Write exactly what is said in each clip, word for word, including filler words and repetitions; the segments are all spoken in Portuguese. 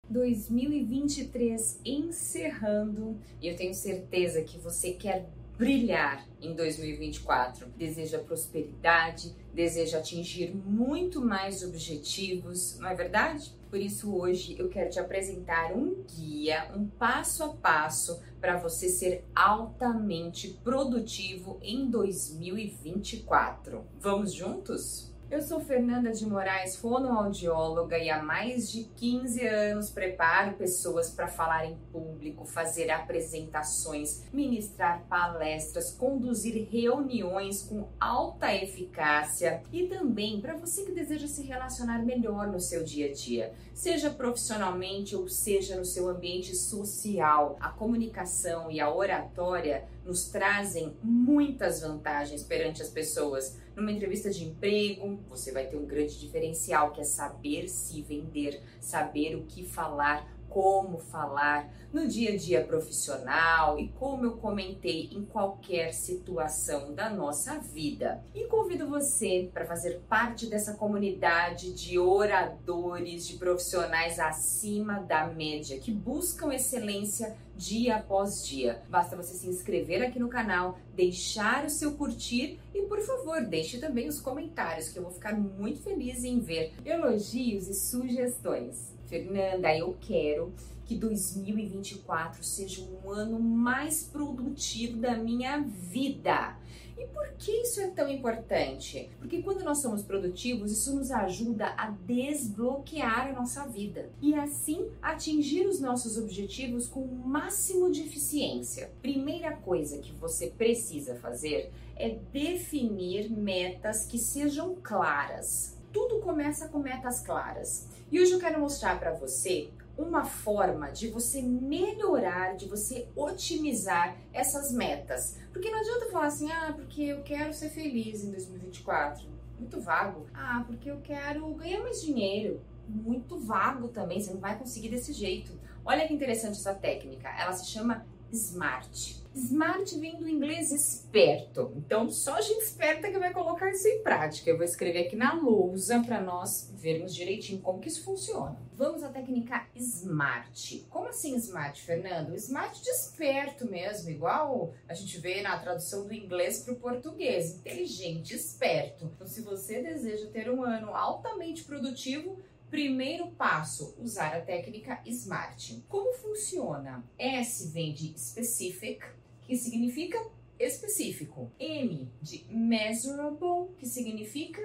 dois mil e vinte e três encerrando e eu tenho certeza que você quer brilhar em dois mil e vinte e quatro. Deseja prosperidade, deseja atingir muito mais objetivos, não é verdade? Por isso hoje eu quero te apresentar um guia, um passo a passo para você ser altamente produtivo em dois mil e vinte e quatro. Vamos juntos? Eu sou Fernanda de Moraes, fonoaudióloga, e há mais de quinze anos preparo pessoas para falar em público, fazer apresentações, ministrar palestras, conduzir reuniões com alta eficácia e também para você que deseja se relacionar melhor no seu dia a dia, seja profissionalmente ou seja no seu ambiente social. A comunicação e a oratória nos trazem muitas vantagens perante as pessoas. Numa entrevista de emprego, você vai ter um grande diferencial, que é saber se vender, saber o que falar, como falar, no dia a dia profissional e, como eu comentei, em qualquer situação da nossa vida. E convido você para fazer parte dessa comunidade de oradores, de profissionais acima da média, que buscam excelência dia após dia. Basta você se inscrever aqui no canal, deixar o seu curtir e, por favor, deixe também os comentários, que eu vou ficar muito feliz em ver elogios e sugestões. Fernanda, eu quero que dois mil e vinte e quatro seja um ano mais produtivo da minha vida. E por que isso é tão importante? Porque quando nós somos produtivos, isso nos ajuda a desbloquear a nossa vida e assim atingir os nossos objetivos com o máximo de eficiência. Primeira coisa que você precisa fazer é definir metas que sejam claras. Tudo começa com metas claras. E hoje eu quero mostrar para você uma forma de você melhorar, de você otimizar essas metas. Porque não adianta falar assim, ah, porque eu quero ser feliz em dois mil e vinte e quatro. Muito vago. Ah, porque eu quero ganhar mais dinheiro. Muito vago também, você não vai conseguir desse jeito. Olha que interessante essa técnica, ela se chama SMART. SMART vem do inglês esperto, então só gente esperta que vai colocar isso em prática. Eu vou escrever aqui na lousa para nós vermos direitinho como que isso funciona. Vamos à técnica SMART. Como assim SMART, Fernando? SMART de esperto mesmo, igual a gente vê na tradução do inglês para o português. Inteligente, esperto. Então, se você deseja ter um ano altamente produtivo, primeiro passo, usar a técnica SMART. Como funciona? S vem de specific, que significa específico. M de measurable, que significa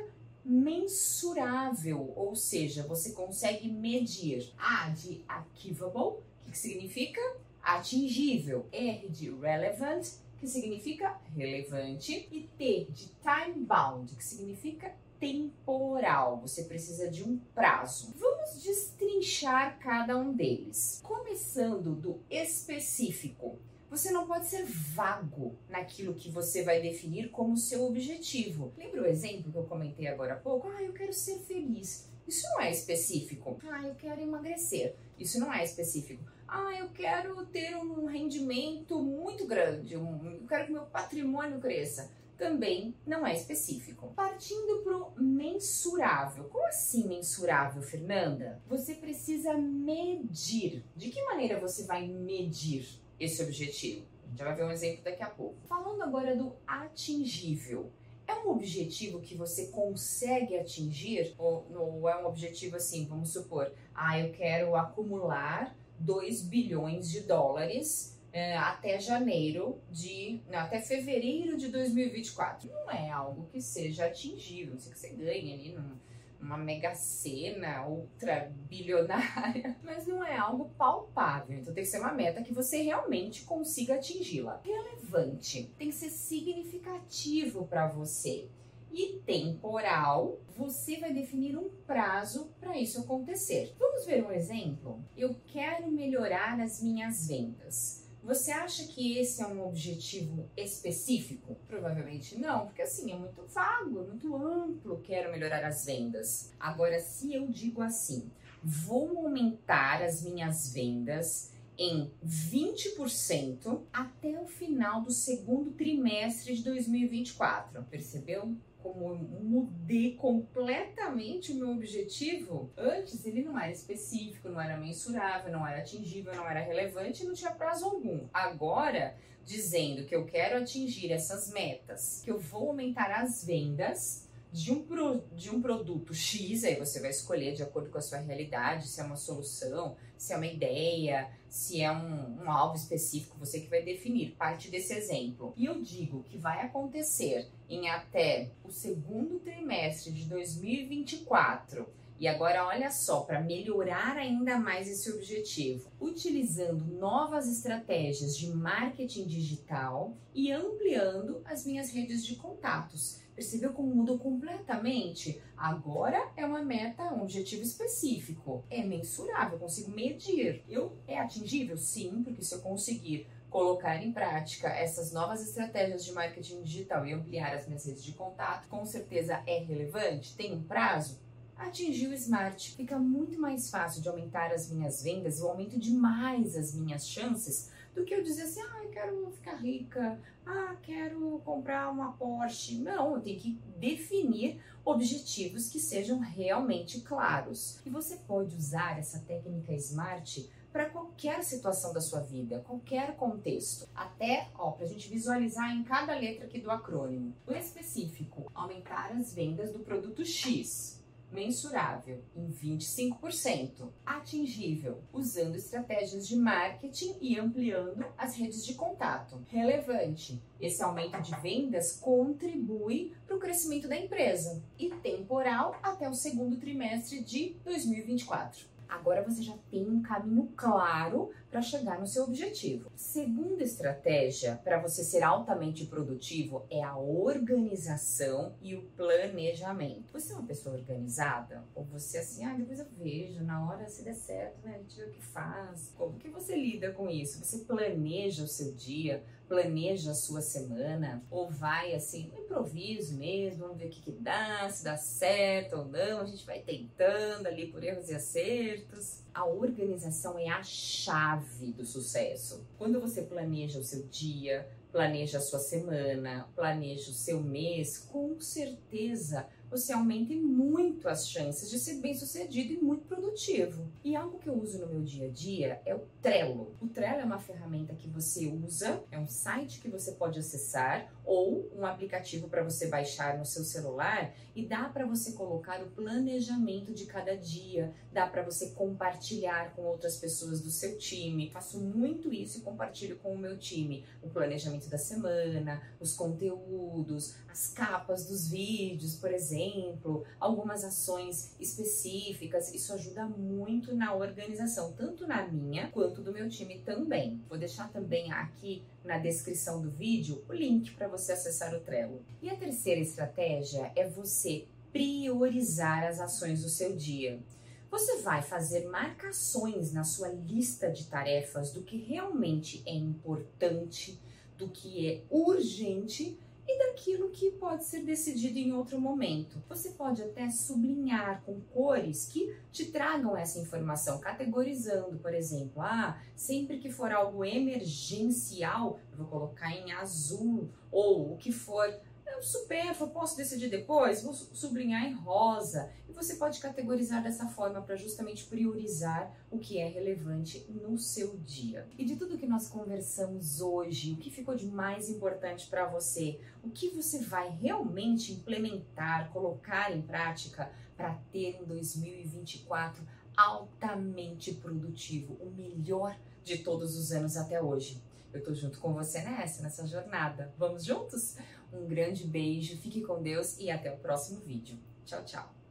mensurável, ou seja, você consegue medir. A de achievable, que significa atingível. R de relevant, que significa relevante. E T de time bound, que significa temporal, você precisa de um prazo. Vamos destrinchar cada um deles. Começando do específico, você não pode ser vago naquilo que você vai definir como seu objetivo. Lembra o exemplo que eu comentei agora há pouco? Ah, eu quero ser feliz. Isso não é específico. Ah, eu quero emagrecer. Isso não é específico. Ah, eu quero ter um rendimento muito grande. Eu quero que meu patrimônio cresça. Também não é específico. Partindo para o mensurável. Como assim mensurável, Fernanda? Você precisa medir. De que maneira você vai medir esse objetivo? A gente já vai ver um exemplo daqui a pouco. Falando agora do atingível. É um objetivo que você consegue atingir? Ou, ou é um objetivo assim, vamos supor, ah, eu quero acumular dois bilhões de dólares É, até janeiro de, não, até fevereiro de dois mil e vinte e quatro. Não é algo que seja atingível, não sei que você ganha ali num, numa mega sena ultra bilionária, mas não é algo palpável, então tem que ser uma meta que você realmente consiga atingi-la. Relevante, tem que ser significativo para você. E temporal, você vai definir um prazo para isso acontecer. Vamos ver um exemplo? Eu quero melhorar as minhas vendas. Você acha que esse é um objetivo específico? Provavelmente não, porque assim, é muito vago, é muito amplo, quero melhorar as vendas. Agora, se eu digo assim, vou aumentar as minhas vendas em vinte por cento até o final do segundo trimestre de dois mil e vinte e quatro. Percebeu como eu mudei completamente o meu objetivo? Antes ele não era específico, não era mensurável, não era atingível, não era relevante, não tinha prazo algum. Agora, dizendo que eu quero atingir essas metas, que eu vou aumentar as vendas de um, pro, de um produto X, aí você vai escolher de acordo com a sua realidade, se é uma solução, se é uma ideia, se é um, um alvo específico, você que vai definir, parte desse exemplo. E eu digo que vai acontecer em até o segundo trimestre de dois mil e vinte e quatro. E agora olha só, para melhorar ainda mais esse objetivo, utilizando novas estratégias de marketing digital e ampliando as minhas redes de contatos. Percebeu como mudou completamente? Agora é uma meta, um objetivo específico. É mensurável, eu consigo medir. Eu, é atingível? Sim, porque se eu conseguir colocar em prática essas novas estratégias de marketing digital e ampliar as minhas redes de contato, com certeza é relevante? Tem um prazo? Atingir o SMART. Fica muito mais fácil de aumentar as minhas vendas, eu aumento demais as minhas chances do que eu dizer assim, ah, eu quero ficar rica, ah, quero comprar uma Porsche. Não, eu tenho que definir objetivos que sejam realmente claros. E você pode usar essa técnica SMART para qualquer situação da sua vida, qualquer contexto. Até, ó, pra gente visualizar em cada letra aqui do acrônimo. O específico, aumentar as vendas do produto X. Mensurável, em vinte e cinco por cento. Atingível, usando estratégias de marketing e ampliando as redes de contato. Relevante, esse aumento de vendas contribui para o crescimento da empresa. E temporal, até o segundo trimestre de dois mil e vinte e quatro. Agora você já tem um caminho claro para chegar no seu objetivo. Segunda estratégia para você ser altamente produtivo é a organização e o planejamento. Você é uma pessoa organizada? Ou você assim, ah, depois eu vejo, na hora se der certo, né, a gente vê o que faz. Como que você lida com isso? Você planeja o seu dia? Planeja a sua semana? Ou vai assim, no improviso mesmo, vamos ver o que que dá, se dá certo ou não, a gente vai tentando ali por erros e acertos. A organização é a chave do sucesso. Quando você planeja o seu dia, planeja a sua semana, planeja o seu mês, com certeza você aumenta muito as chances de ser bem sucedido e muito produtivo. E algo que eu uso no meu dia a dia é o Trello. O Trello é uma ferramenta que você usa, é um site que você pode acessar ou um aplicativo para você baixar no seu celular e dá para você colocar o planejamento de cada dia, dá para você compartilhar com outras pessoas do seu time. Faço muito isso e compartilho com o meu time o planejamento da semana, os conteúdos, as capas dos vídeos, por exemplo, algumas ações específicas. Isso ajuda muito na organização, tanto na minha quanto do meu time também. Vou deixar também aqui na descrição do vídeo o link para você acessar o Trello. E a terceira estratégia é você priorizar as ações do seu dia. Você vai fazer marcações na sua lista de tarefas do que realmente é importante, do que é urgente e daquilo que pode ser decidido em outro momento. Você pode até sublinhar com cores que te tragam essa informação, categorizando, por exemplo, ah, sempre que for algo emergencial, eu vou colocar em azul, ou o que for supérfluo, posso decidir depois, vou sublinhar em rosa. E você pode categorizar dessa forma para justamente priorizar o que é relevante no seu dia. E de tudo que nós conversamos hoje, o que ficou de mais importante para você? O que você vai realmente implementar, colocar em prática para ter um dois mil e vinte e quatro altamente produtivo, o melhor de todos os anos até hoje? Eu tô junto com você nessa, nessa jornada. Vamos juntos? Um grande beijo, fique com Deus e até o próximo vídeo. Tchau, tchau!